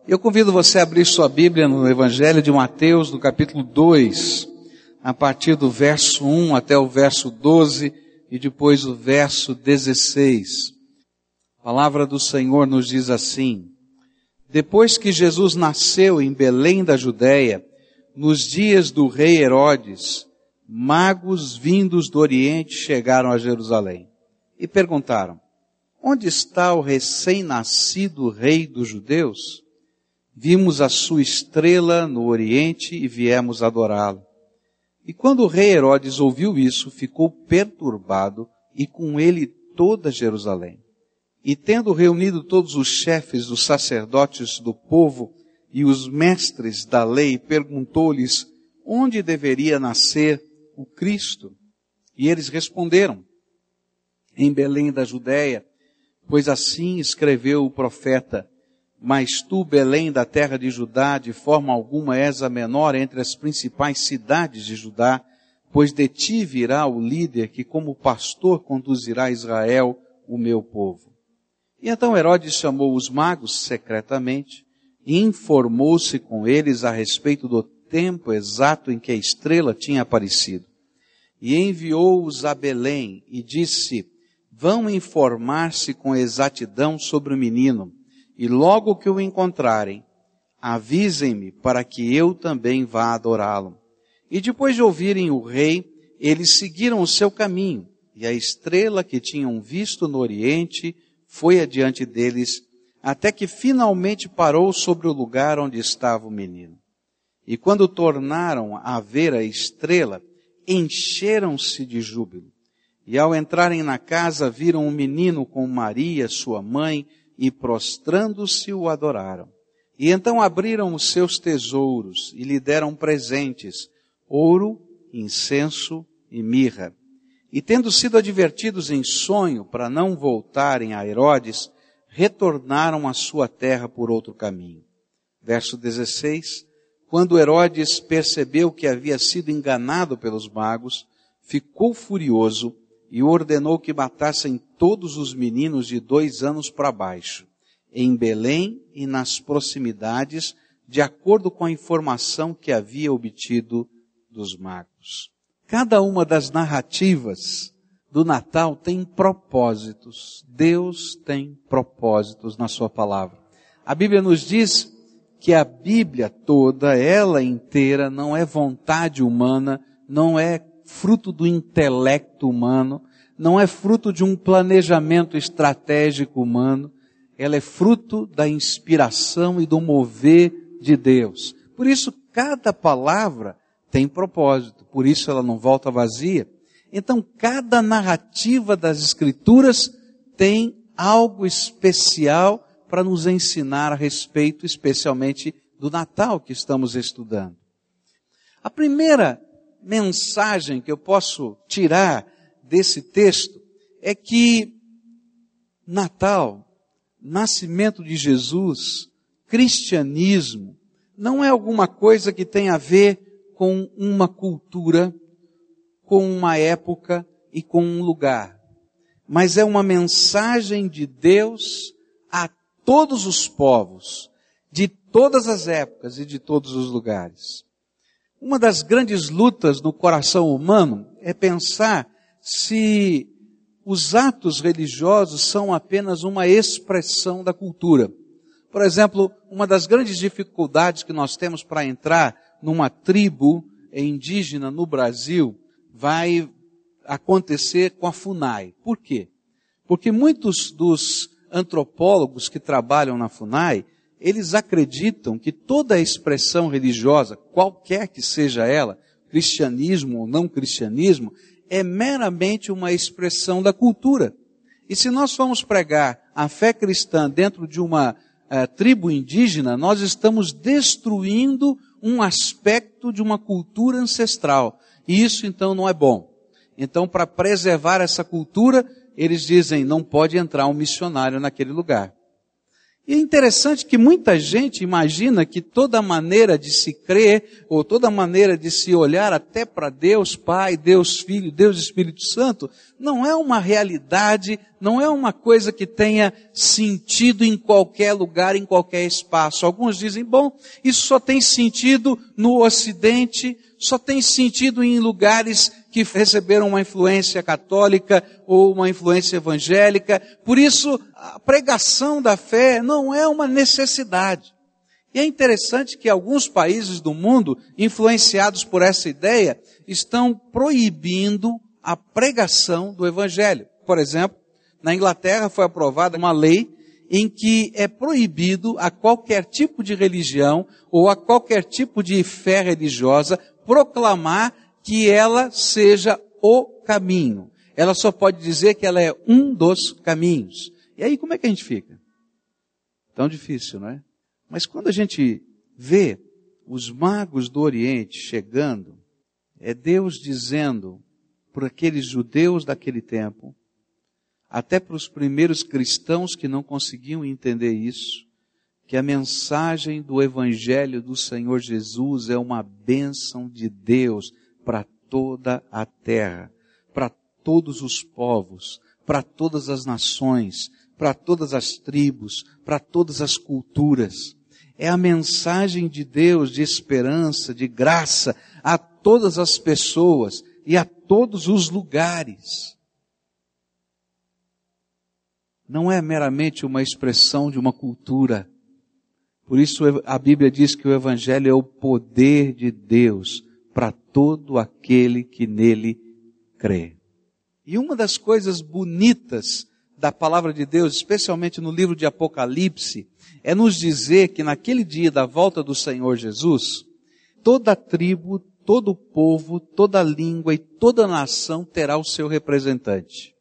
Eu convido você a abrir sua Bíblia no Evangelho de Mateus, no capítulo 2, a partir do verso 1 até o verso 12 e depois o verso 16. A palavra do Senhor nos diz assim: depois que Jesus nasceu em Belém da Judéia, nos dias do rei Herodes, magos vindos do Oriente chegaram a Jerusalém e perguntaram: onde está o recém-nascido rei dos judeus? Vimos a sua estrela no Oriente e viemos adorá-lo. E quando o rei Herodes ouviu isso, ficou perturbado e com ele toda Jerusalém. E tendo reunido todos os chefes dos sacerdotes do povo e os mestres da lei, perguntou-lhes onde deveria nascer o Cristo. E eles responderam: em Belém da Judéia, pois assim escreveu o profeta: mas tu, Belém, da terra de Judá, de forma alguma és a menor entre as principais cidades de Judá, pois de ti virá o líder que como pastor conduzirá Israel, o meu povo. E então Herodes chamou os magos secretamente e informou-se com eles a respeito do tempo exato em que a estrela tinha aparecido. E enviou-os a Belém e disse: vão informar-se com exatidão sobre o menino, e logo que o encontrarem, avisem-me para que eu também vá adorá-lo. E depois de ouvirem o rei, eles seguiram o seu caminho, e a estrela que tinham visto no Oriente foi adiante deles, até que finalmente parou sobre o lugar onde estava o menino. E quando tornaram a ver a estrela, encheram-se de júbilo. E ao entrarem na casa, viram um menino com Maria, sua mãe, e prostrando-se o adoraram. E então abriram os seus tesouros e lhe deram presentes: ouro, incenso e mirra. E tendo sido advertidos em sonho para não voltarem a Herodes, retornaram à sua terra por outro caminho. Verso 16. Quando Herodes percebeu que havia sido enganado pelos magos, ficou furioso e ordenou que matassem todos os meninos de 2 anos para baixo, em Belém e nas proximidades, de acordo com a informação que havia obtido dos magos. Cada uma das narrativas do Natal tem propósitos. Deus tem propósitos na sua palavra. A Bíblia nos diz que a Bíblia toda, ela inteira, não é vontade humana, não é fruto do intelecto humano, não é fruto de um planejamento estratégico humano, ela é fruto da inspiração e do mover de Deus. Por isso, cada palavra tem propósito, por isso ela não volta vazia. Então, cada narrativa das Escrituras tem algo especial para nos ensinar a respeito, especialmente do Natal que estamos estudando. A primeira mensagem que eu posso tirar desse texto é que Natal, nascimento de Jesus, cristianismo, não é alguma coisa que tem a ver com uma cultura, com uma época e com um lugar, mas é uma mensagem de Deus a todos os povos, de todas as épocas e de todos os lugares. Uma das grandes lutas no coração humano é pensar se os atos religiosos são apenas uma expressão da cultura. Por exemplo, uma das grandes dificuldades que nós temos para entrar numa tribo indígena no Brasil vai acontecer com a FUNAI. Por quê? Porque muitos dos antropólogos que trabalham na FUNAI, eles acreditam que toda expressão religiosa, qualquer que seja ela, cristianismo ou não cristianismo, é meramente uma expressão da cultura. E se nós formos pregar a fé cristã dentro de uma tribo indígena, nós estamos destruindo um aspecto de uma cultura ancestral. E isso então não é bom. Então, para preservar essa cultura, eles dizem, não pode entrar um missionário naquele lugar. E é interessante que muita gente imagina que toda maneira de se crer, ou toda maneira de se olhar até para Deus Pai, Deus Filho, Deus Espírito Santo, não é uma realidade, não é uma coisa que tenha sentido em qualquer lugar, em qualquer espaço. Alguns dizem, bom, isso só tem sentido no Ocidente, só tem sentido em lugares que receberam uma influência católica ou uma influência evangélica. Por isso, a pregação da fé não é uma necessidade. E é interessante que alguns países do mundo, influenciados por essa ideia, estão proibindo a pregação do evangelho. Por exemplo, na Inglaterra foi aprovada uma lei em que é proibido a qualquer tipo de religião ou a qualquer tipo de fé religiosa proclamar que ela seja o caminho. Ela só pode dizer que ela é um dos caminhos. E aí como é que a gente fica? Tão difícil, não é? Mas quando a gente vê os magos do Oriente chegando, é Deus dizendo para aqueles judeus daquele tempo, até para os primeiros cristãos que não conseguiam entender isso, que a mensagem do Evangelho do Senhor Jesus é uma bênção de Deus para toda a terra, para todos os povos, para todas as nações, para todas as tribos, para todas as culturas. É a mensagem de Deus de esperança, de graça a todas as pessoas e a todos os lugares. Não é meramente uma expressão de uma cultura. Por isso a Bíblia diz que o Evangelho é o poder de Deus para todo aquele que nele crê. E uma das coisas bonitas da palavra de Deus, especialmente no livro de Apocalipse, é nos dizer que naquele dia da volta do Senhor Jesus, toda tribo, todo povo, toda língua e toda nação terá o seu representante.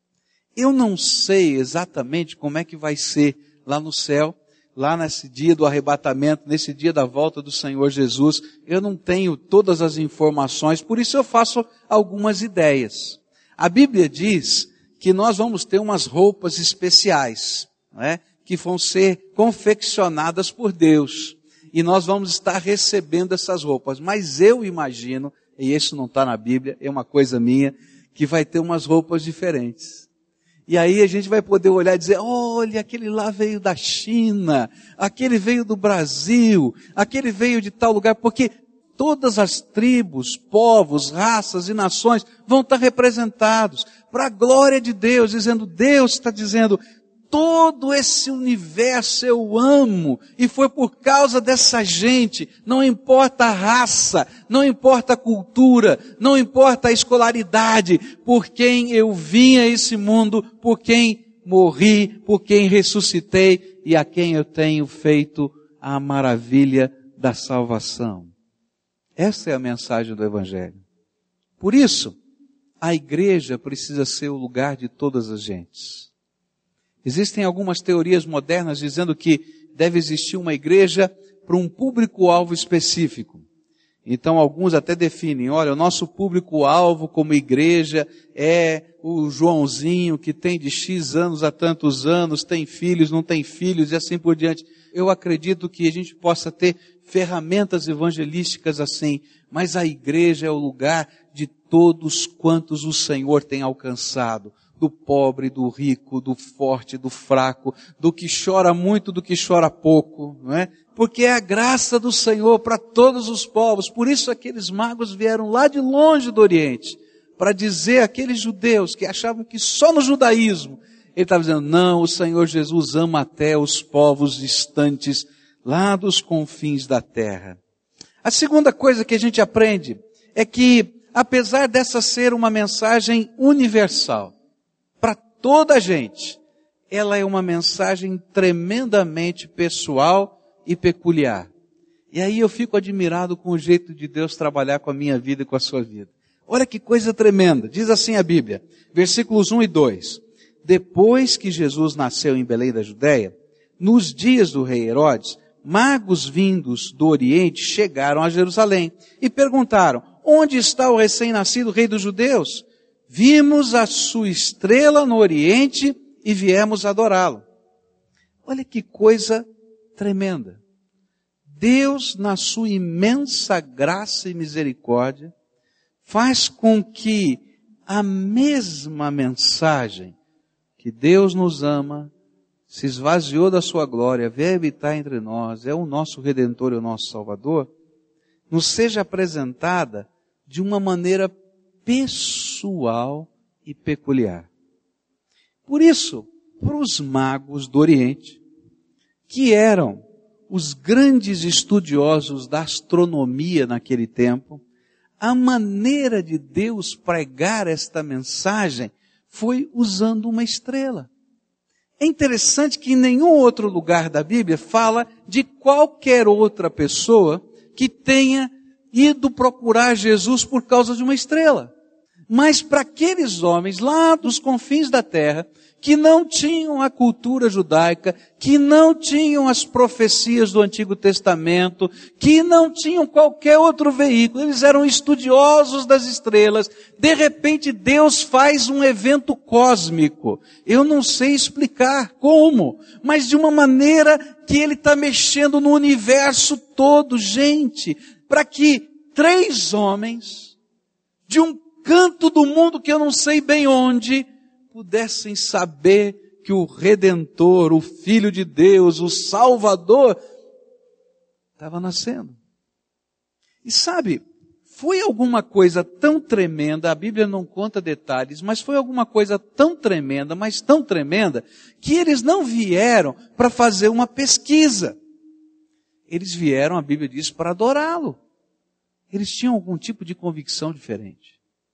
Eu não sei exatamente como é que vai ser lá no céu, lá nesse dia do arrebatamento, nesse dia da volta do Senhor Jesus. Eu não tenho todas as informações, por isso eu faço algumas ideias. A Bíblia diz que nós vamos ter umas roupas especiais, não é? Que vão ser confeccionadas por Deus. E nós vamos estar recebendo essas roupas. Mas eu imagino, e isso não está na Bíblia, é uma coisa minha, que vai ter umas roupas diferentes. E aí a gente vai poder olhar e dizer, olha, aquele lá veio da China, aquele veio do Brasil, aquele veio de tal lugar, porque todas as tribos, povos, raças e nações vão estar representados para a glória de Deus, dizendo, Deus está dizendo, todo esse universo eu amo, e foi por causa dessa gente, não importa a raça, não importa a cultura, não importa a escolaridade, por quem eu vim a esse mundo, por quem morri, por quem ressuscitei, e a quem eu tenho feito a maravilha da salvação. Essa é a mensagem do Evangelho. Por isso, a igreja precisa ser o lugar de todas as gentes. Existem algumas teorias modernas dizendo que deve existir uma igreja para um público-alvo específico. Então alguns até definem, olha, o nosso público-alvo como igreja é o Joãozinho que tem de X anos a tantos anos, tem filhos, não tem filhos e assim por diante. Eu acredito que a gente possa ter ferramentas evangelísticas assim, mas a igreja é o lugar de todos quantos o Senhor tem alcançado. Do pobre, do rico, do forte, do fraco, do que chora muito, do que chora pouco, não é? Porque é a graça do Senhor para todos os povos. Por isso aqueles magos vieram lá de longe do Oriente, para dizer àqueles judeus que achavam que só no judaísmo, ele estava dizendo, não, o Senhor Jesus ama até os povos distantes, lá dos confins da terra. A segunda coisa que a gente aprende é que, apesar dessa ser uma mensagem universal, para toda a gente, ela é uma mensagem tremendamente pessoal e peculiar. E aí eu fico admirado com o jeito de Deus trabalhar com a minha vida e com a sua vida. Olha que coisa tremenda. Diz assim a Bíblia, versículos 1 e 2. Depois que Jesus nasceu em Belém da Judéia, nos dias do rei Herodes, magos vindos do Oriente chegaram a Jerusalém e perguntaram, onde está o recém-nascido rei dos judeus? Vimos a sua estrela no Oriente e viemos adorá-lo. Olha que coisa tremenda. Deus, na sua imensa graça e misericórdia, faz com que a mesma mensagem que Deus nos ama, se esvaziou da sua glória, veio habitar entre nós, é o nosso Redentor e o nosso Salvador, nos seja apresentada de uma maneira pessoal e peculiar. Por isso, para os magos do Oriente, que eram os grandes estudiosos da astronomia naquele tempo, a maneira de Deus pregar esta mensagem foi usando uma estrela. É interessante que em nenhum outro lugar da Bíblia fala de qualquer outra pessoa que tenha ido procurar Jesus por causa de uma estrela. Mas para aqueles homens lá dos confins da terra, que não tinham a cultura judaica, que não tinham as profecias do Antigo Testamento, que não tinham qualquer outro veículo, eles eram estudiosos das estrelas. De repente Deus faz um evento cósmico. Eu não sei explicar como, mas de uma maneira que Ele está mexendo no universo todo, gente, para que 3 homens, de um canto do mundo que eu não sei bem onde, pudessem saber que o Redentor, o Filho de Deus, o Salvador, estava nascendo. E sabe, foi alguma coisa tão tremenda, a Bíblia não conta detalhes, mas foi alguma coisa tão tremenda, mas tão tremenda, que eles não vieram para fazer uma pesquisa. Eles vieram, a Bíblia diz, para adorá-lo. Eles tinham algum tipo de convicção diferente.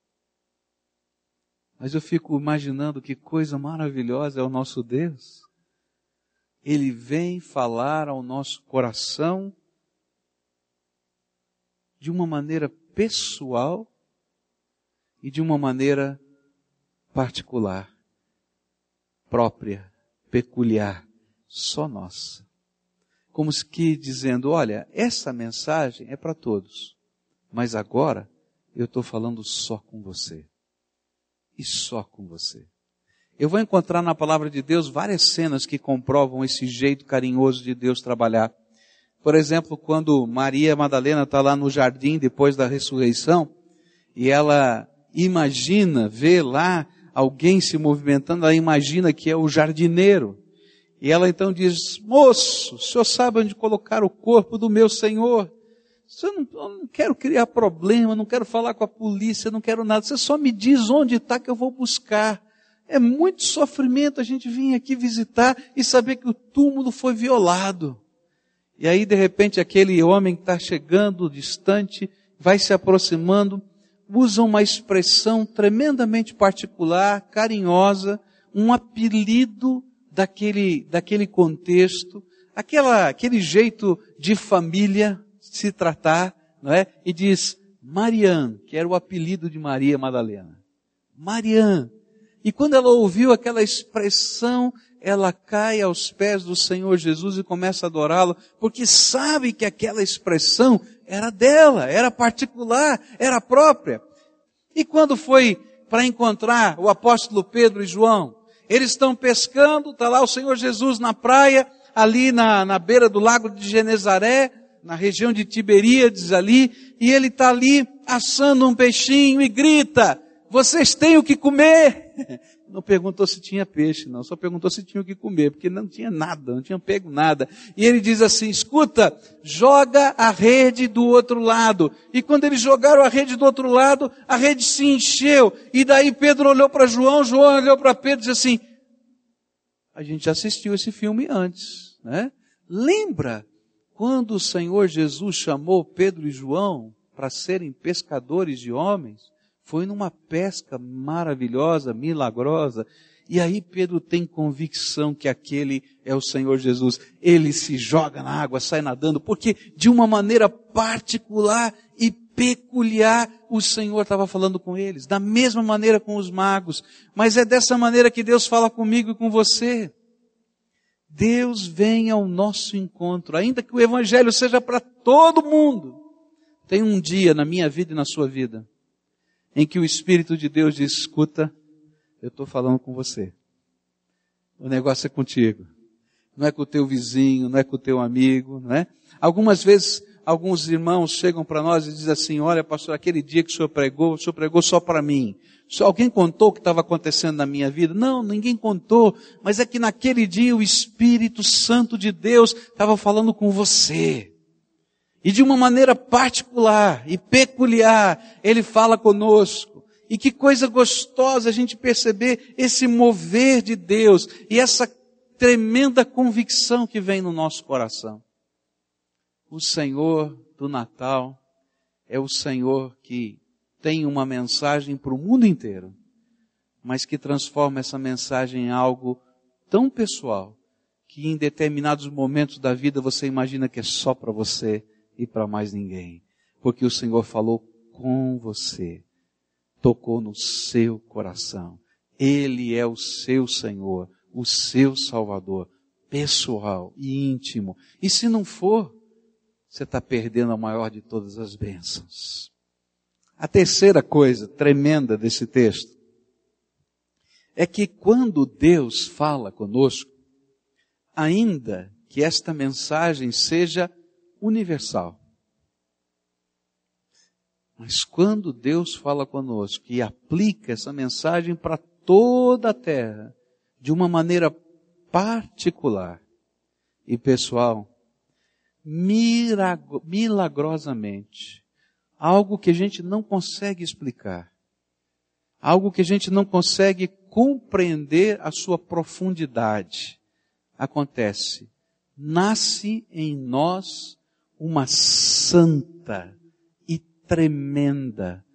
Mas eu fico imaginando que coisa maravilhosa é o nosso Deus. Ele vem falar ao nosso coração de uma maneira pessoal e de uma maneira particular, própria, peculiar, só nossa. Como se que dizendo, olha, essa mensagem é para todos, mas agora eu estou falando só com você. E só com você. Eu vou encontrar na palavra de Deus várias cenas que comprovam esse jeito carinhoso de Deus trabalhar. Por exemplo, quando Maria Madalena está lá no jardim depois da ressurreição, e ela imagina, vê lá alguém se movimentando, ela imagina que é o jardineiro. E ela então diz, moço, o senhor sabe onde colocar o corpo do meu Senhor? Eu não quero criar problema, não quero falar com a polícia, não quero nada. Você só me diz onde está que eu vou buscar. É muito sofrimento a gente vir aqui visitar e saber que o túmulo foi violado. E aí, de repente, aquele homem que está chegando distante, vai se aproximando, usa uma expressão tremendamente particular, carinhosa, um apelido daquele contexto, aquele jeito de família se tratar, não é? E diz, Mariam, que era o apelido de Maria Madalena. Mariam. E quando ela ouviu aquela expressão, ela cai aos pés do Senhor Jesus e começa a adorá-lo, porque sabe que aquela expressão era dela, era particular, era própria. E quando foi para encontrar o apóstolo Pedro e João, eles estão pescando, está lá o Senhor Jesus na praia, ali na beira do lago de Genezaré, na região de Tiberíades ali, e ele está ali assando um peixinho e grita, vocês têm o que comer? Não perguntou se tinha peixe, não, só perguntou se tinha o que comer, porque não tinha nada, não tinha pego nada. E ele diz assim, escuta, joga a rede do outro lado. E quando eles jogaram a rede do outro lado, a rede se encheu. E daí Pedro olhou para João, João olhou para Pedro e disse assim, a gente já assistiu esse filme antes, né? Lembra quando o Senhor Jesus chamou Pedro e João para serem pescadores de homens? Foi numa pesca maravilhosa, milagrosa. E aí Pedro tem convicção que aquele é o Senhor Jesus. Ele se joga na água, sai nadando, porque de uma maneira particular e peculiar o Senhor estava falando com eles. Da mesma maneira com os magos. Mas é dessa maneira que Deus fala comigo e com você. Deus vem ao nosso encontro, ainda que o Evangelho seja para todo mundo. Tem um dia na minha vida e na sua vida, em que o Espírito de Deus diz, escuta, eu estou falando com você. O negócio é contigo. não é com o teu vizinho, não é com o teu amigo, não é? Algumas vezes, alguns irmãos chegam para nós e dizem assim, olha pastor, aquele dia que o senhor pregou só para mim. Alguém contou o que estava acontecendo na minha vida? Não, ninguém contou, mas é que naquele dia o Espírito Santo de Deus estava falando com você. E de uma maneira particular e peculiar, Ele fala conosco. E que coisa gostosa a gente perceber esse mover de Deus e essa tremenda convicção que vem no nosso coração. O Senhor do Natal é o Senhor que tem uma mensagem para o mundo inteiro, mas que transforma essa mensagem em algo tão pessoal, que em determinados momentos da vida você imagina que é só para você e para mais ninguém. Porque o Senhor falou com você, tocou no seu coração. Ele é o seu Senhor, o seu Salvador, pessoal e íntimo. E se não for, você está perdendo a maior de todas as bênçãos. A terceira coisa tremenda desse texto é que quando Deus fala conosco, ainda que esta mensagem seja universal, mas quando Deus fala conosco e aplica essa mensagem para toda a terra, de uma maneira particular e pessoal, milagrosamente, algo que a gente não consegue explicar, algo que a gente não consegue compreender a sua profundidade, acontece. Nasce em nós uma santa e tremenda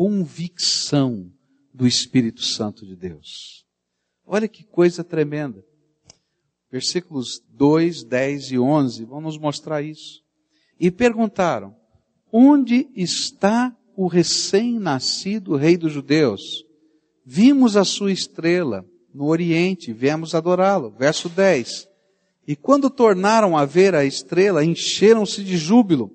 convicção do Espírito Santo de Deus. Olha que coisa tremenda. Versículos 2, 10 e 11 vão nos mostrar isso. E perguntaram, onde está o recém-nascido rei dos judeus? Vimos a sua estrela no Oriente, viemos adorá-lo. Verso 10. E quando tornaram a ver a estrela, encheram-se de júbilo.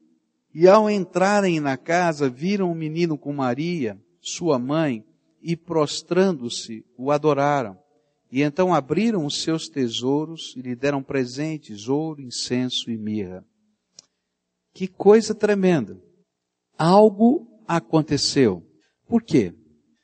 E ao entrarem na casa, viram o menino com Maria, sua mãe, e prostrando-se, o adoraram. E então abriram os seus tesouros e lhe deram presentes, ouro, incenso e mirra. Que coisa tremenda. Algo aconteceu. Por quê?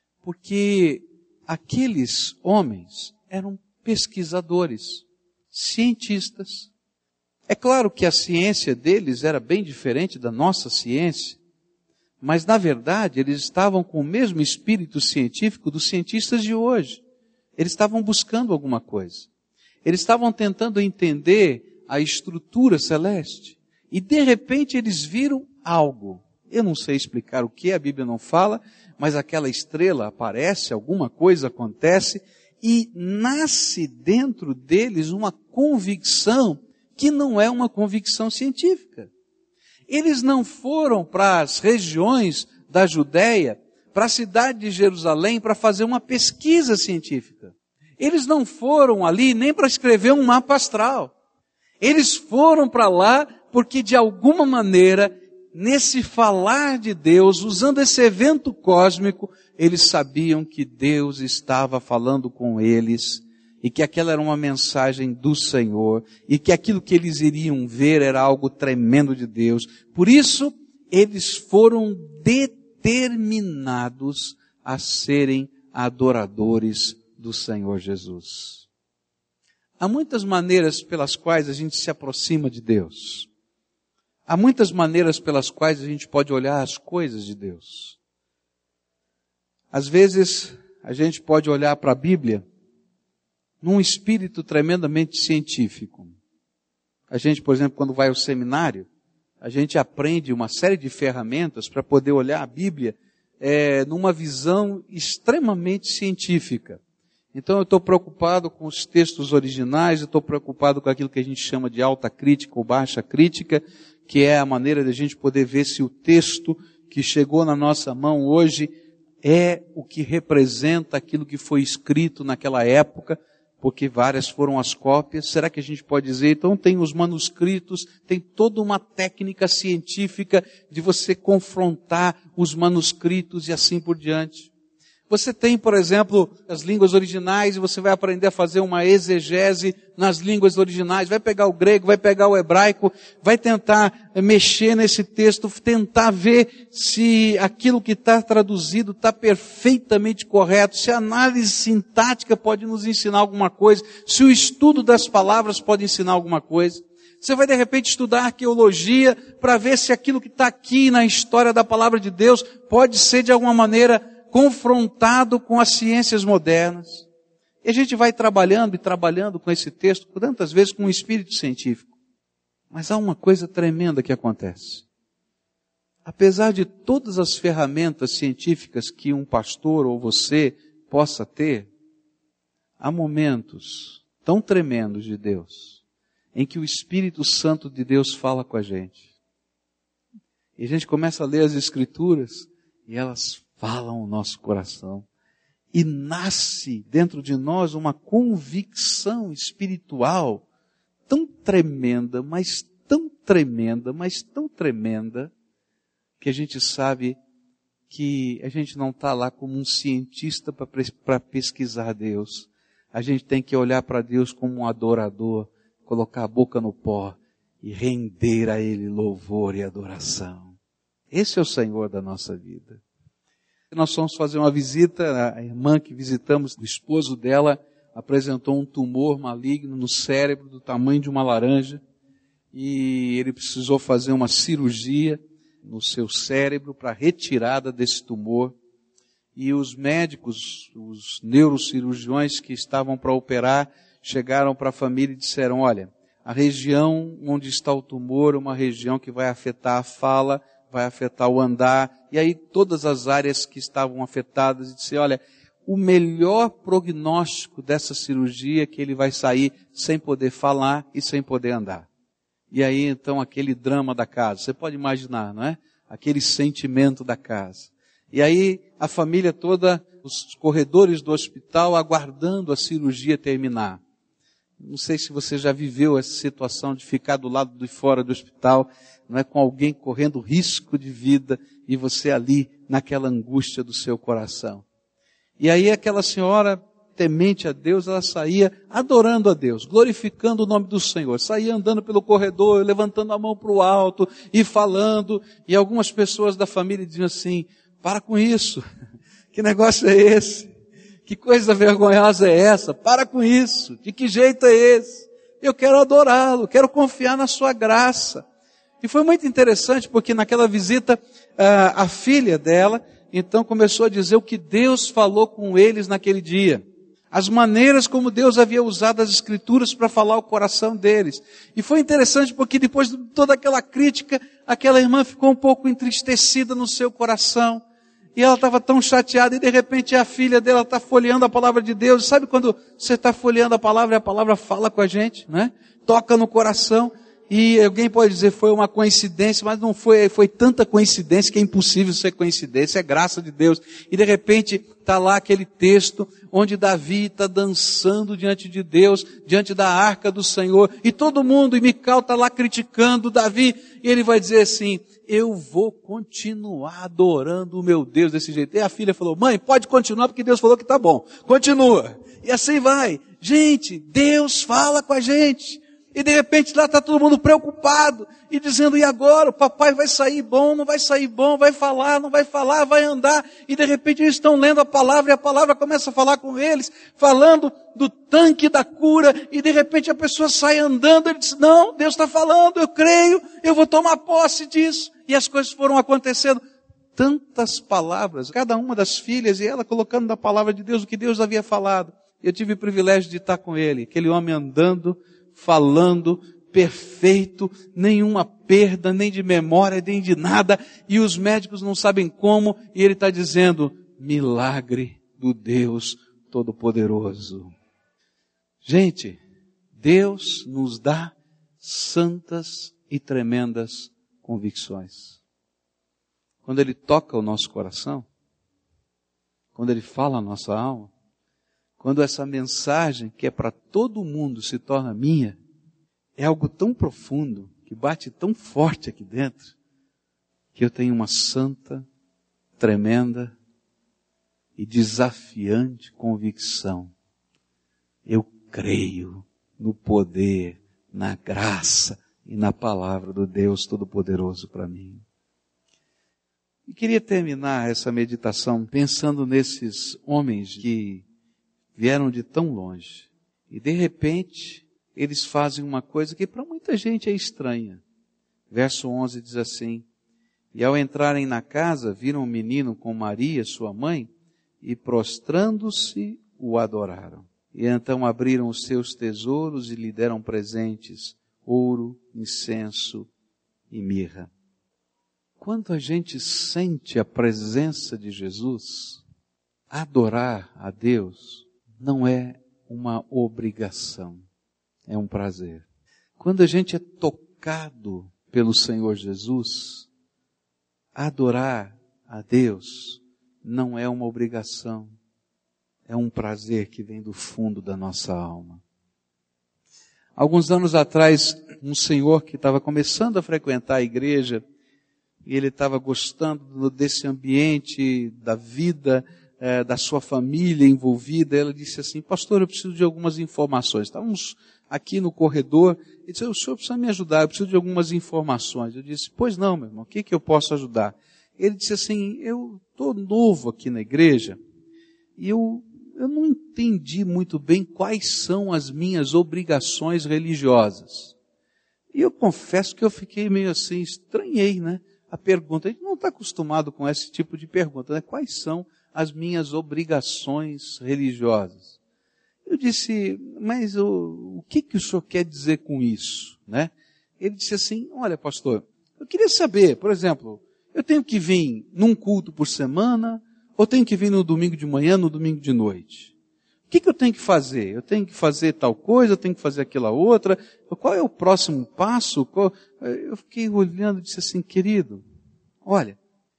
Porque aqueles homens eram pesquisadores, cientistas. É claro que a ciência deles era bem diferente da nossa ciência, mas na verdade eles estavam com o mesmo espírito científico dos cientistas de hoje. Eles estavam buscando alguma coisa. Eles estavam tentando entender a estrutura celeste. E de repente eles viram algo. Eu não sei explicar o que, a Bíblia não fala, mas aquela estrela aparece, alguma coisa acontece, e nasce dentro deles uma convicção que não é uma convicção científica. Eles não foram para as regiões da Judéia, para a cidade de Jerusalém, para fazer uma pesquisa científica. Eles não foram ali nem para escrever um mapa astral. Eles foram para lá porque de alguma maneira, nesse falar de Deus, usando esse evento cósmico, eles sabiam que Deus estava falando com eles e que aquela era uma mensagem do Senhor e que aquilo que eles iriam ver era algo tremendo de Deus. Por isso, eles foram determinados a serem adoradores do Senhor Jesus. Há muitas maneiras pelas quais a gente se aproxima de Deus. Há muitas maneiras pelas quais a gente pode olhar as coisas de Deus. Às vezes, a gente pode olhar para a Bíblia num espírito tremendamente científico. A gente, por exemplo, quando vai ao seminário, a gente aprende uma série de ferramentas para poder olhar a Bíblia numa visão extremamente científica. Então eu estou preocupado com os textos originais, eu estou preocupado com aquilo que a gente chama de alta crítica ou baixa crítica, que é a maneira de a gente poder ver se o texto que chegou na nossa mão hoje é o que representa aquilo que foi escrito naquela época, porque várias foram as cópias. Será que a gente pode dizer, então tem os manuscritos, tem toda uma técnica científica de você confrontar os manuscritos e assim por diante. Você tem, por exemplo, as línguas originais e você vai aprender a fazer uma exegese nas línguas originais. Vai pegar o grego, vai pegar o hebraico, vai tentar mexer nesse texto, tentar ver se aquilo que está traduzido está perfeitamente correto, se a análise sintática pode nos ensinar alguma coisa, se o estudo das palavras pode ensinar alguma coisa. Você vai de repente estudar arqueologia para ver se aquilo que está aqui na história da palavra de Deus pode ser de alguma maneira confrontado com as ciências modernas. E a gente vai trabalhando e trabalhando com esse texto, tantas vezes com um espírito científico. Mas há uma coisa tremenda que acontece. Apesar de todas as ferramentas científicas que um pastor ou você possa ter, há momentos tão tremendos de Deus, em que o Espírito Santo de Deus fala com a gente. E a gente começa a ler as Escrituras e elas falam o nosso coração. E nasce dentro de nós uma convicção espiritual tão tremenda, mas tão tremenda, mas tão tremenda, que a gente sabe que a gente não está lá como um cientista para pesquisar Deus. A gente tem que olhar para Deus como um adorador, colocar a boca no pó e render a Ele louvor e adoração. Esse é o Senhor da nossa vida. Nós fomos fazer uma visita, a irmã que visitamos, o esposo dela apresentou um tumor maligno no cérebro do tamanho de uma laranja e ele precisou fazer uma cirurgia no seu cérebro para retirada desse tumor. E os médicos, os neurocirurgiões que estavam para operar, chegaram para a família e disseram, olha, a região onde está o tumor é uma região que vai afetar a fala, vai afetar o andar, e aí todas as áreas que estavam afetadas, e disse, olha, o melhor prognóstico dessa cirurgia é que ele vai sair sem poder falar e sem poder andar. E aí então aquele drama da casa, você pode imaginar, não é? Aquele sentimento da casa. E aí a família toda, os corredores do hospital aguardando a cirurgia terminar. Não sei se você já viveu essa situação de ficar do lado de fora do hospital, não é, com alguém correndo risco de vida e você ali naquela angústia do seu coração. E aí aquela senhora temente a Deus, ela saía adorando a Deus, glorificando o nome do Senhor, saía andando pelo corredor, levantando a mão para o alto e falando, e algumas pessoas da família diziam assim, para com isso, que negócio é esse? Que coisa vergonhosa é essa? Para com isso. De que jeito é esse? Eu quero adorá-lo, quero confiar na sua graça. E foi muito interessante porque naquela visita, a filha dela, então começou a dizer o que Deus falou com eles naquele dia. As maneiras como Deus havia usado as Escrituras para falar o coração deles. E foi interessante porque depois de toda aquela crítica, aquela irmã ficou um pouco entristecida no seu coração. E ela estava tão chateada e de repente a filha dela está folheando a palavra de Deus. Sabe quando você está folheando a palavra e a palavra fala com a gente, né? Toca no coração. E alguém pode dizer foi uma coincidência, mas não foi, foi tanta coincidência que é impossível ser coincidência, é graça de Deus. E de repente está lá aquele texto onde Davi está dançando diante de Deus, diante da arca do Senhor. E todo mundo, e Mical está lá criticando Davi. E ele vai dizer assim, eu vou continuar adorando o meu Deus desse jeito. E a filha falou, mãe, pode continuar porque Deus falou que está bom. Continua. E assim vai. Gente, Deus fala com a gente. E de repente lá está todo mundo preocupado e dizendo, e agora? O papai vai sair bom, não vai sair bom, vai falar, não vai falar, vai andar. E de repente eles estão lendo a palavra e a palavra começa a falar com eles, falando do tanque da cura. E de repente a pessoa sai andando e diz, não, Deus está falando, eu creio, eu vou tomar posse disso. E as coisas foram acontecendo. Tantas palavras, cada uma das filhas e ela colocando na palavra de Deus o que Deus havia falado. Eu tive o privilégio de estar com ele, aquele homem andando, falando, perfeito, nenhuma perda, nem de memória, nem de nada, e os médicos não sabem como, e ele está dizendo, milagre do Deus Todo-Poderoso. Gente, Deus nos dá santas e tremendas convicções. Quando Ele toca o nosso coração, quando Ele fala a nossa alma, quando essa mensagem que é para todo mundo se torna minha, é algo tão profundo, que bate tão forte aqui dentro, que eu tenho uma santa, tremenda e desafiante convicção: eu creio no poder, na graça e na palavra do Deus Todo-Poderoso para mim. E queria terminar essa meditação pensando nesses homens que vieram de tão longe. E de repente, eles fazem uma coisa que para muita gente é estranha. Verso 11 diz assim: e ao entrarem na casa, viram um menino com Maria, sua mãe, e prostrando-se, o adoraram. E então abriram os seus tesouros e lhe deram presentes: ouro, incenso e mirra. Quando a gente sente a presença de Jesus, adorar a Deus não é uma obrigação, é um prazer. Quando a gente é tocado pelo Senhor Jesus, adorar a Deus não é uma obrigação, é um prazer que vem do fundo da nossa alma. Alguns anos atrás, um senhor que estava começando a frequentar a igreja, e ele estava gostando desse ambiente, da vida, da sua família envolvida. Ela disse assim: pastor, eu preciso de algumas informações. Estávamos aqui no corredor, ele disse: o senhor precisa me ajudar, eu preciso de algumas informações. Eu disse: pois não, meu irmão, o que eu posso ajudar? Ele disse assim: eu estou novo aqui na igreja, e eu não entendi muito bem quais são as minhas obrigações religiosas. E eu confesso que eu fiquei meio assim, estranhei, né? A pergunta, a gente não está acostumado com esse tipo de pergunta, né? Quais são as minhas obrigações religiosas? Eu disse: mas o que o senhor quer dizer com isso, né? Ele disse assim: olha, pastor, eu queria saber, por exemplo, eu tenho que vir num culto por semana, ou tenho que vir no domingo de manhã, no domingo de noite? O que eu tenho que fazer? Eu tenho que fazer tal coisa, eu tenho que fazer aquela outra? Qual é o próximo passo? Eu fiquei olhando e disse assim: querido, olha,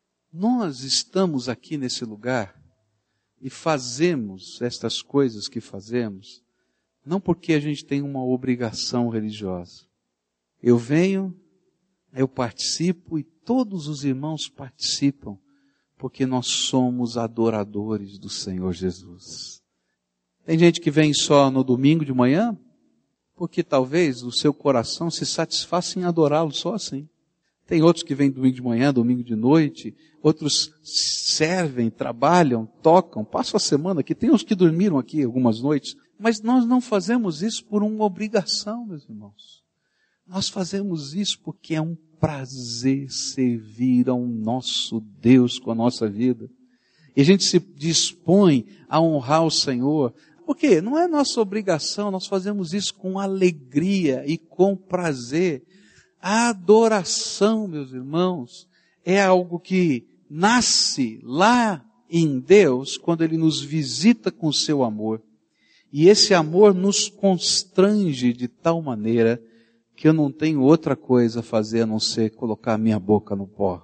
nós estamos aqui nesse lugar e fazemos estas coisas que fazemos, não porque a gente tem uma obrigação religiosa. Eu venho, eu participo e todos os irmãos participam, porque nós somos adoradores do Senhor Jesus. Tem gente que vem só no domingo de manhã, porque talvez o seu coração se satisfaça em adorá-lo só assim. Tem outros que vêm domingo de manhã, domingo de noite, outros servem, trabalham, tocam, passam a semana aqui. Tem uns que dormiram aqui algumas noites, mas nós não fazemos isso por uma obrigação, meus irmãos. Nós fazemos isso porque é um prazer servir ao nosso Deus com a nossa vida. E a gente se dispõe a honrar o Senhor. Por quê? Não é nossa obrigação, nós fazemos isso com alegria e com prazer. A adoração, meus irmãos, é algo que nasce lá em Deus quando Ele nos visita com o seu amor. E esse amor nos constrange de tal maneira que eu não tenho outra coisa a fazer a não ser colocar a minha boca no pó.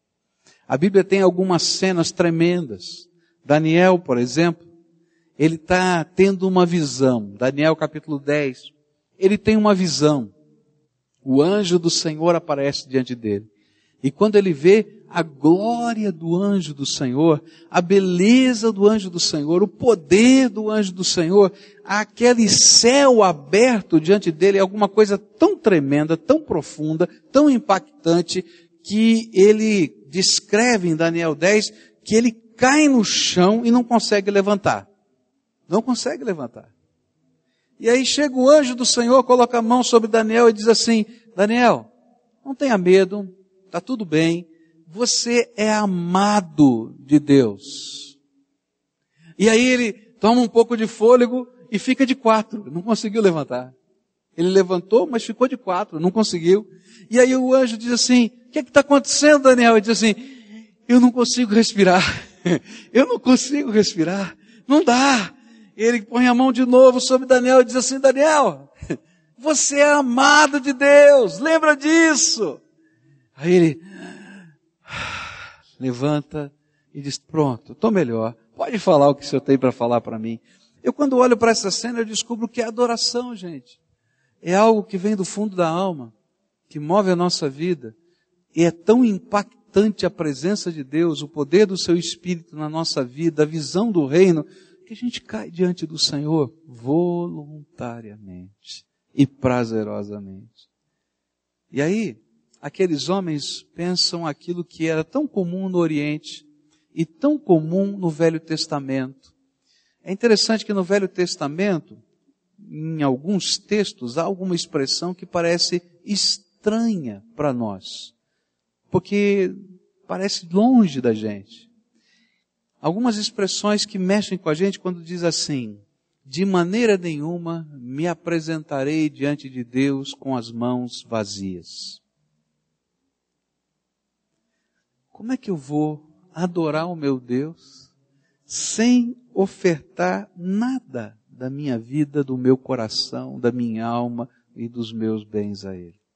A Bíblia tem algumas cenas tremendas. Daniel, por exemplo, ele está tendo uma visão. Daniel capítulo 10. Ele tem uma visão. O anjo do Senhor aparece diante dele. E quando ele vê a glória do anjo do Senhor, a beleza do anjo do Senhor, o poder do anjo do Senhor, aquele céu aberto diante dele, é alguma coisa tão tremenda, tão profunda, tão impactante, que ele descreve em Daniel 10 que ele cai no chão e não consegue levantar. Não consegue levantar. E aí chega o anjo do Senhor, coloca a mão sobre Daniel e diz assim: Daniel, não tenha medo, está tudo bem, você é amado de Deus. E aí ele toma um pouco de fôlego e fica de 4, não conseguiu levantar. Ele levantou, mas ficou de 4, não conseguiu. E aí o anjo diz assim: o que está acontecendo, Daniel? Ele diz assim: eu não consigo respirar, eu não consigo respirar, não dá. Ele põe a mão de novo sobre Daniel e diz assim: Daniel, você é amado de Deus, lembra disso. Aí ele levanta e diz: pronto, estou melhor, pode falar o que o senhor tem para falar para mim. Eu quando olho para essa cena eu descubro que é adoração, gente. É algo que vem do fundo da alma, que move a nossa vida, e é tão impactante impactante a presença de Deus, o poder do seu Espírito na nossa vida, a visão do reino, que a gente cai diante do Senhor voluntariamente e prazerosamente. E aí, aqueles homens pensam aquilo que era tão comum no Oriente e tão comum no Velho Testamento. É interessante que no Velho Testamento, em alguns textos, há alguma expressão que parece estranha para nós, porque parece longe da gente. Algumas expressões que mexem com a gente quando diz assim: de maneira nenhuma me apresentarei diante de Deus com as mãos vazias. Como é que eu vou adorar o meu Deus sem ofertar nada da minha vida, do meu coração, da minha alma e dos meus bens a Ele?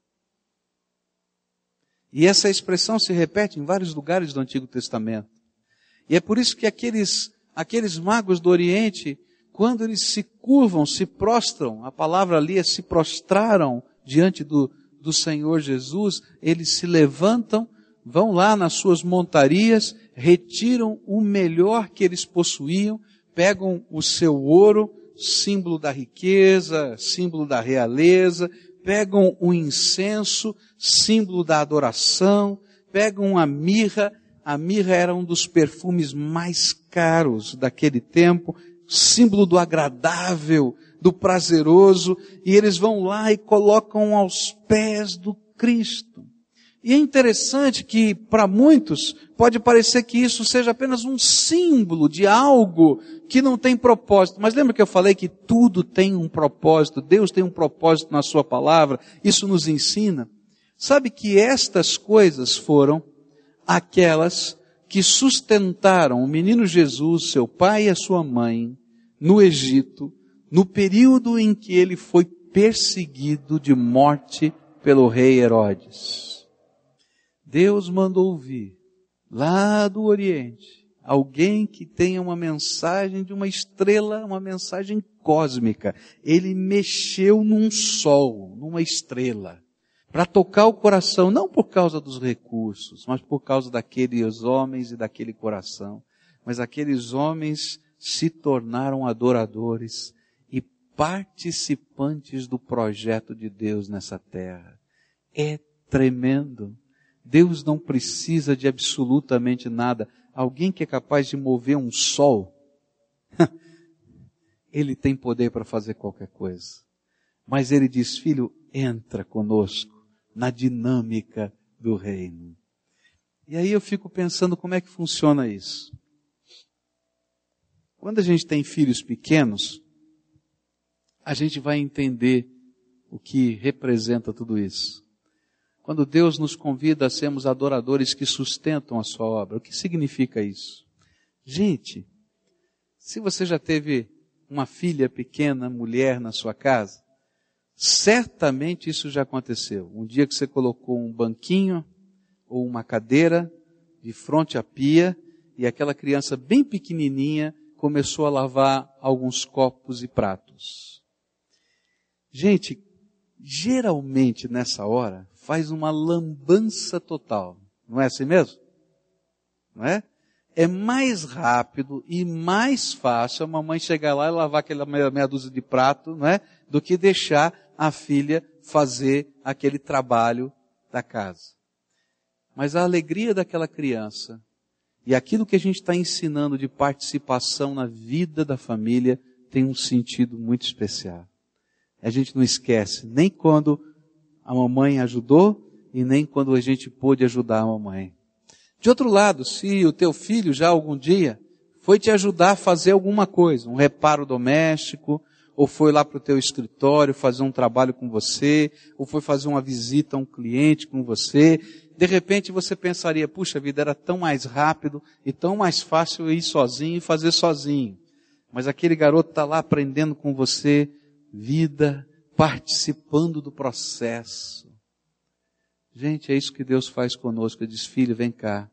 E essa expressão se repete em vários lugares do Antigo Testamento. E é por isso que aqueles magos do Oriente, quando eles se curvam, se prostram, a palavra ali é se prostraram diante do Senhor Jesus, eles se levantam, vão lá nas suas montarias, retiram o melhor que eles possuíam, pegam o seu ouro, símbolo da riqueza, símbolo da realeza, pegam o incenso, símbolo da adoração, pegam a mirra era um dos perfumes mais caros daquele tempo, símbolo do agradável, do prazeroso, e eles vão lá e colocam aos pés do Cristo. E é interessante que, para muitos, pode parecer que isso seja apenas um símbolo de algo que não tem propósito. Mas lembra que eu falei que tudo tem um propósito, Deus tem um propósito na sua palavra, isso nos ensina. Sabe que estas coisas foram aquelas que sustentaram o menino Jesus, seu pai e a sua mãe, no Egito, no período em que ele foi perseguido de morte pelo rei Herodes. Deus mandou vir, lá do Oriente, alguém que tenha uma mensagem de uma estrela, uma mensagem cósmica. Ele mexeu num sol, numa estrela, para tocar o coração, não por causa dos recursos, mas por causa daqueles homens e daquele coração. Mas aqueles homens se tornaram adoradores e participantes do projeto de Deus nessa terra. É tremendo. Deus não precisa de absolutamente nada. Alguém que é capaz de mover um sol, Ele tem poder para fazer qualquer coisa. Mas Ele diz: filho, entra conosco na dinâmica do reino. E aí eu fico pensando como é que funciona isso. Quando a gente tem filhos pequenos, a gente vai entender o que representa tudo isso. Quando Deus nos convida a sermos adoradores que sustentam a sua obra, o que significa isso? Gente, se você já teve uma filha pequena, mulher na sua casa, certamente isso já aconteceu. Um dia que você colocou um banquinho ou uma cadeira de frente à pia e aquela criança bem pequenininha começou a lavar alguns copos e pratos. Gente, geralmente nessa hora faz uma lambança total. Não é assim mesmo? Não é? É mais rápido e mais fácil a mamãe chegar lá e lavar aquela meia dúzia de prato, não é? Do que deixar a filha fazer aquele trabalho da casa. Mas a alegria daquela criança e aquilo que a gente está ensinando de participação na vida da família tem um sentido muito especial. A gente não esquece nem quando a mamãe ajudou e nem quando a gente pôde ajudar a mamãe. De outro lado, se o teu filho já algum dia foi te ajudar a fazer alguma coisa, um reparo doméstico, ou foi lá para o teu escritório fazer um trabalho com você, ou foi fazer uma visita a um cliente com você, de repente você pensaria: puxa vida, era tão mais rápido e tão mais fácil eu ir sozinho e fazer sozinho. Mas aquele garoto está lá aprendendo com você vida, participando do processo. Gente, é isso que Deus faz conosco. Ele diz: filho, vem cá.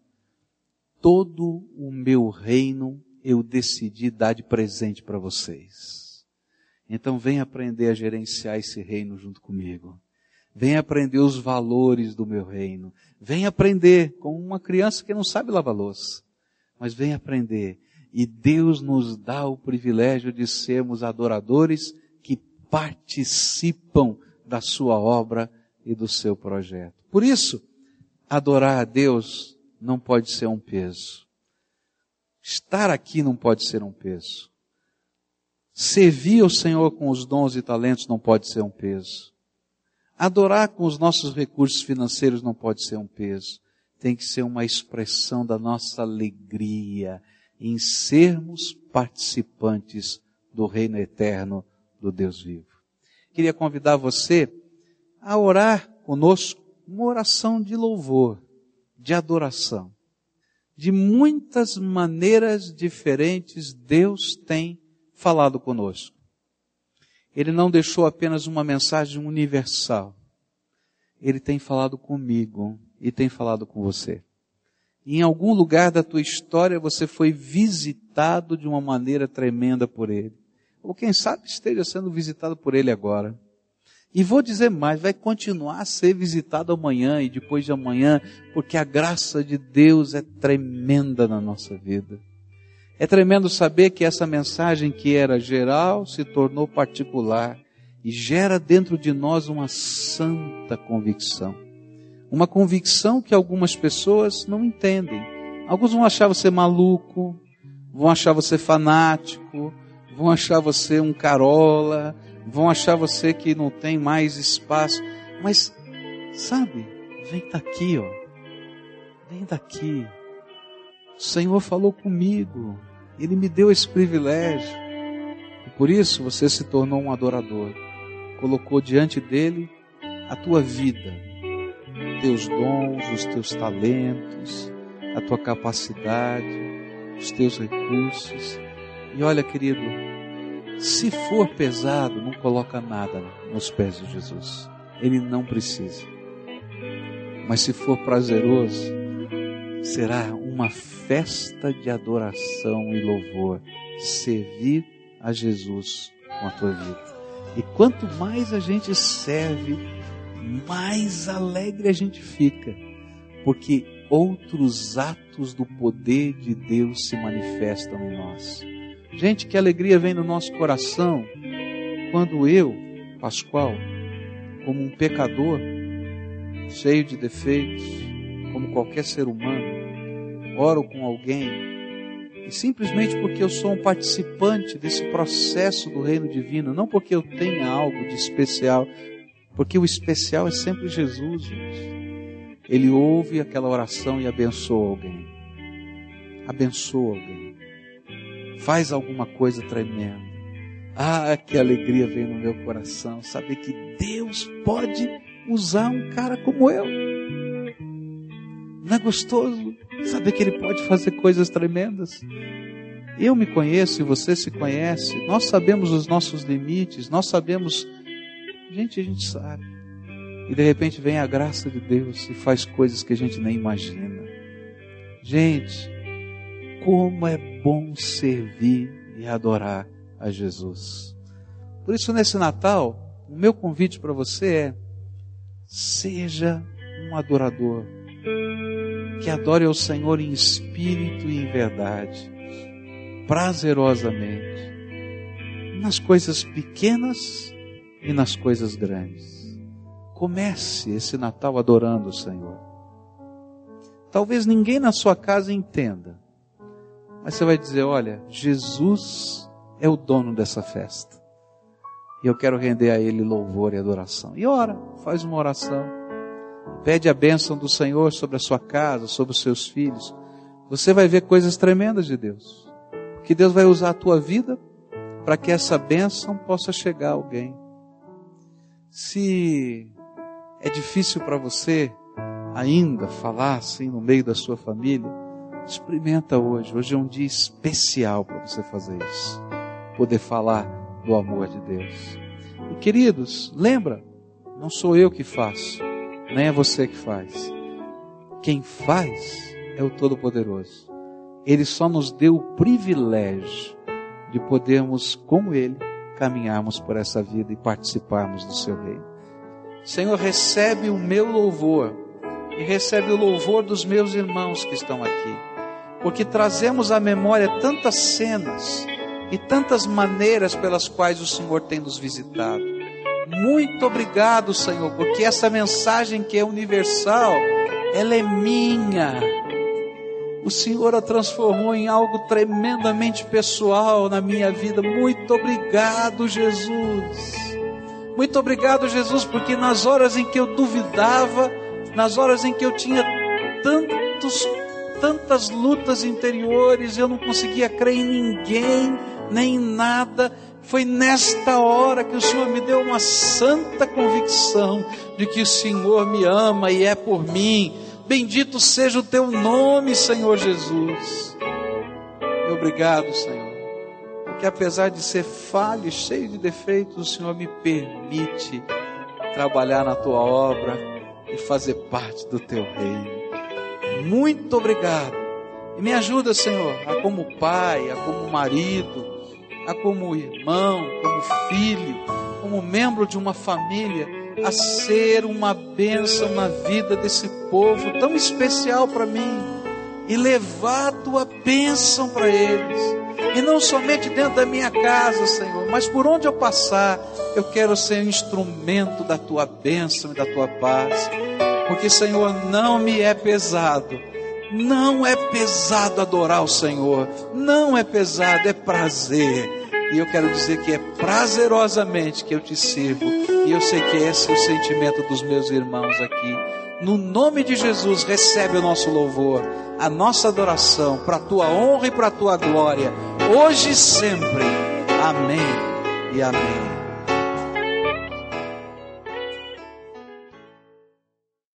Todo o meu reino eu decidi dar de presente para vocês. Então vem aprender a gerenciar esse reino junto comigo. Vem aprender os valores do meu reino. Vem aprender, como uma criança que não sabe lavar louça. Mas vem aprender. E Deus nos dá o privilégio de sermos adoradores que participam da sua obra e do seu projeto. Por isso, adorar a Deus não pode ser um peso. Estar aqui não pode ser um peso. Servir ao Senhor com os dons e talentos não pode ser um peso. Adorar com os nossos recursos financeiros não pode ser um peso. Tem que ser uma expressão da nossa alegria em sermos participantes do reino eterno do Deus vivo. Queria convidar você a orar conosco uma oração de louvor, de adoração. De muitas maneiras diferentes Deus tem falado conosco. Ele não deixou apenas uma mensagem universal. Ele tem falado comigo e tem falado com você. E em algum lugar da tua história você foi visitado de uma maneira tremenda por Ele. Ou quem sabe esteja sendo visitado por Ele agora. E vou dizer mais, vai continuar a ser visitado amanhã e depois de amanhã, porque a graça de Deus é tremenda na nossa vida. É tremendo saber que essa mensagem que era geral se tornou particular e gera dentro de nós uma santa convicção. Uma convicção que algumas pessoas não entendem. Alguns vão achar você maluco, vão achar você fanático, vão achar você um carola, vão achar você que não tem mais espaço. Mas, sabe, vem daqui, ó. Vem daqui. O Senhor falou comigo. Ele me deu esse privilégio. E por isso você se tornou um adorador. Colocou diante dele a tua vida, teus dons, os teus talentos, a tua capacidade, os teus recursos. E olha, querido, se for pesado, não coloca nada nos pés de Jesus. Ele não precisa. Mas se for prazeroso, será uma festa de adoração e louvor. Servir a Jesus com a tua vida. E quanto mais a gente serve, mais alegre a gente fica. Porque outros atos do poder de Deus se manifestam em nós. Gente, que alegria vem no nosso coração quando eu, Pascoal, como um pecador, cheio de defeitos, como qualquer ser humano, oro com alguém e simplesmente porque eu sou um participante desse processo do reino divino, não porque eu tenha algo de especial, porque o especial é sempre Jesus, gente. Ele ouve aquela oração e abençoa alguém. Abençoa alguém. Faz alguma coisa tremenda. Ah, que alegria vem no meu coração, saber que Deus pode usar um cara como eu. Não é gostoso saber que Ele pode fazer coisas tremendas? Eu me conheço e você se conhece. Nós sabemos os nossos limites. Nós sabemos. Gente, a gente sabe. E de repente vem a graça de Deus e faz coisas que a gente nem imagina. Gente, como é bom servir e adorar a Jesus. Por isso, nesse Natal, o meu convite para você é: seja um adorador, que adore ao Senhor em espírito e em verdade, prazerosamente, nas coisas pequenas e nas coisas grandes. Comece esse Natal adorando o Senhor. Talvez ninguém na sua casa entenda, mas você vai dizer: olha, Jesus é o dono dessa festa. E eu quero render a Ele louvor e adoração. E ora, faz uma oração. Pede a bênção do Senhor sobre a sua casa, sobre os seus filhos. Você vai ver coisas tremendas de Deus. Porque Deus vai usar a tua vida para que essa bênção possa chegar a alguém. Se é difícil para você ainda falar assim no meio da sua família, experimenta hoje. Hoje é um dia especial para você fazer isso. Poder falar do amor de Deus. E queridos, lembra, não sou eu que faço, nem é você que faz. Quem faz é o Todo-Poderoso. Ele só nos deu o privilégio de podermos, como Ele, caminharmos por essa vida e participarmos do seu reino. Senhor, recebe o meu louvor e recebe o louvor dos meus irmãos que estão aqui, porque trazemos à memória tantas cenas e tantas maneiras pelas quais o Senhor tem nos visitado. Muito obrigado, Senhor, porque essa mensagem que é universal, ela é minha. O Senhor a transformou em algo tremendamente pessoal na minha vida. Muito obrigado, Jesus. Muito obrigado, Jesus, porque nas horas em que eu duvidava, nas horas em que eu tinha tantas lutas interiores, eu não conseguia crer em ninguém, nem em nada, foi nesta hora que o Senhor me deu uma santa convicção de que o Senhor me ama e é por mim. Bendito seja o teu nome, Senhor Jesus. E obrigado, Senhor, porque apesar de ser falho e cheio de defeitos, o Senhor me permite trabalhar na tua obra e fazer parte do teu reino. Muito obrigado. E me ajuda, Senhor, a como pai, a como marido, a como irmão, como filho, como membro de uma família, a ser uma bênção na vida desse povo tão especial para mim, e levar a tua bênção para eles, e não somente dentro da minha casa, Senhor, mas por onde eu passar, eu quero ser um instrumento da tua bênção e da tua paz, porque, Senhor, não me é pesado, não é pesado adorar o Senhor, não é pesado, é prazer. E eu quero dizer que é prazerosamente que eu te sirvo. E eu sei que esse é o sentimento dos meus irmãos aqui. No nome de Jesus, recebe o nosso louvor, a nossa adoração, para a tua honra e para a tua glória, hoje e sempre. Amém e amém.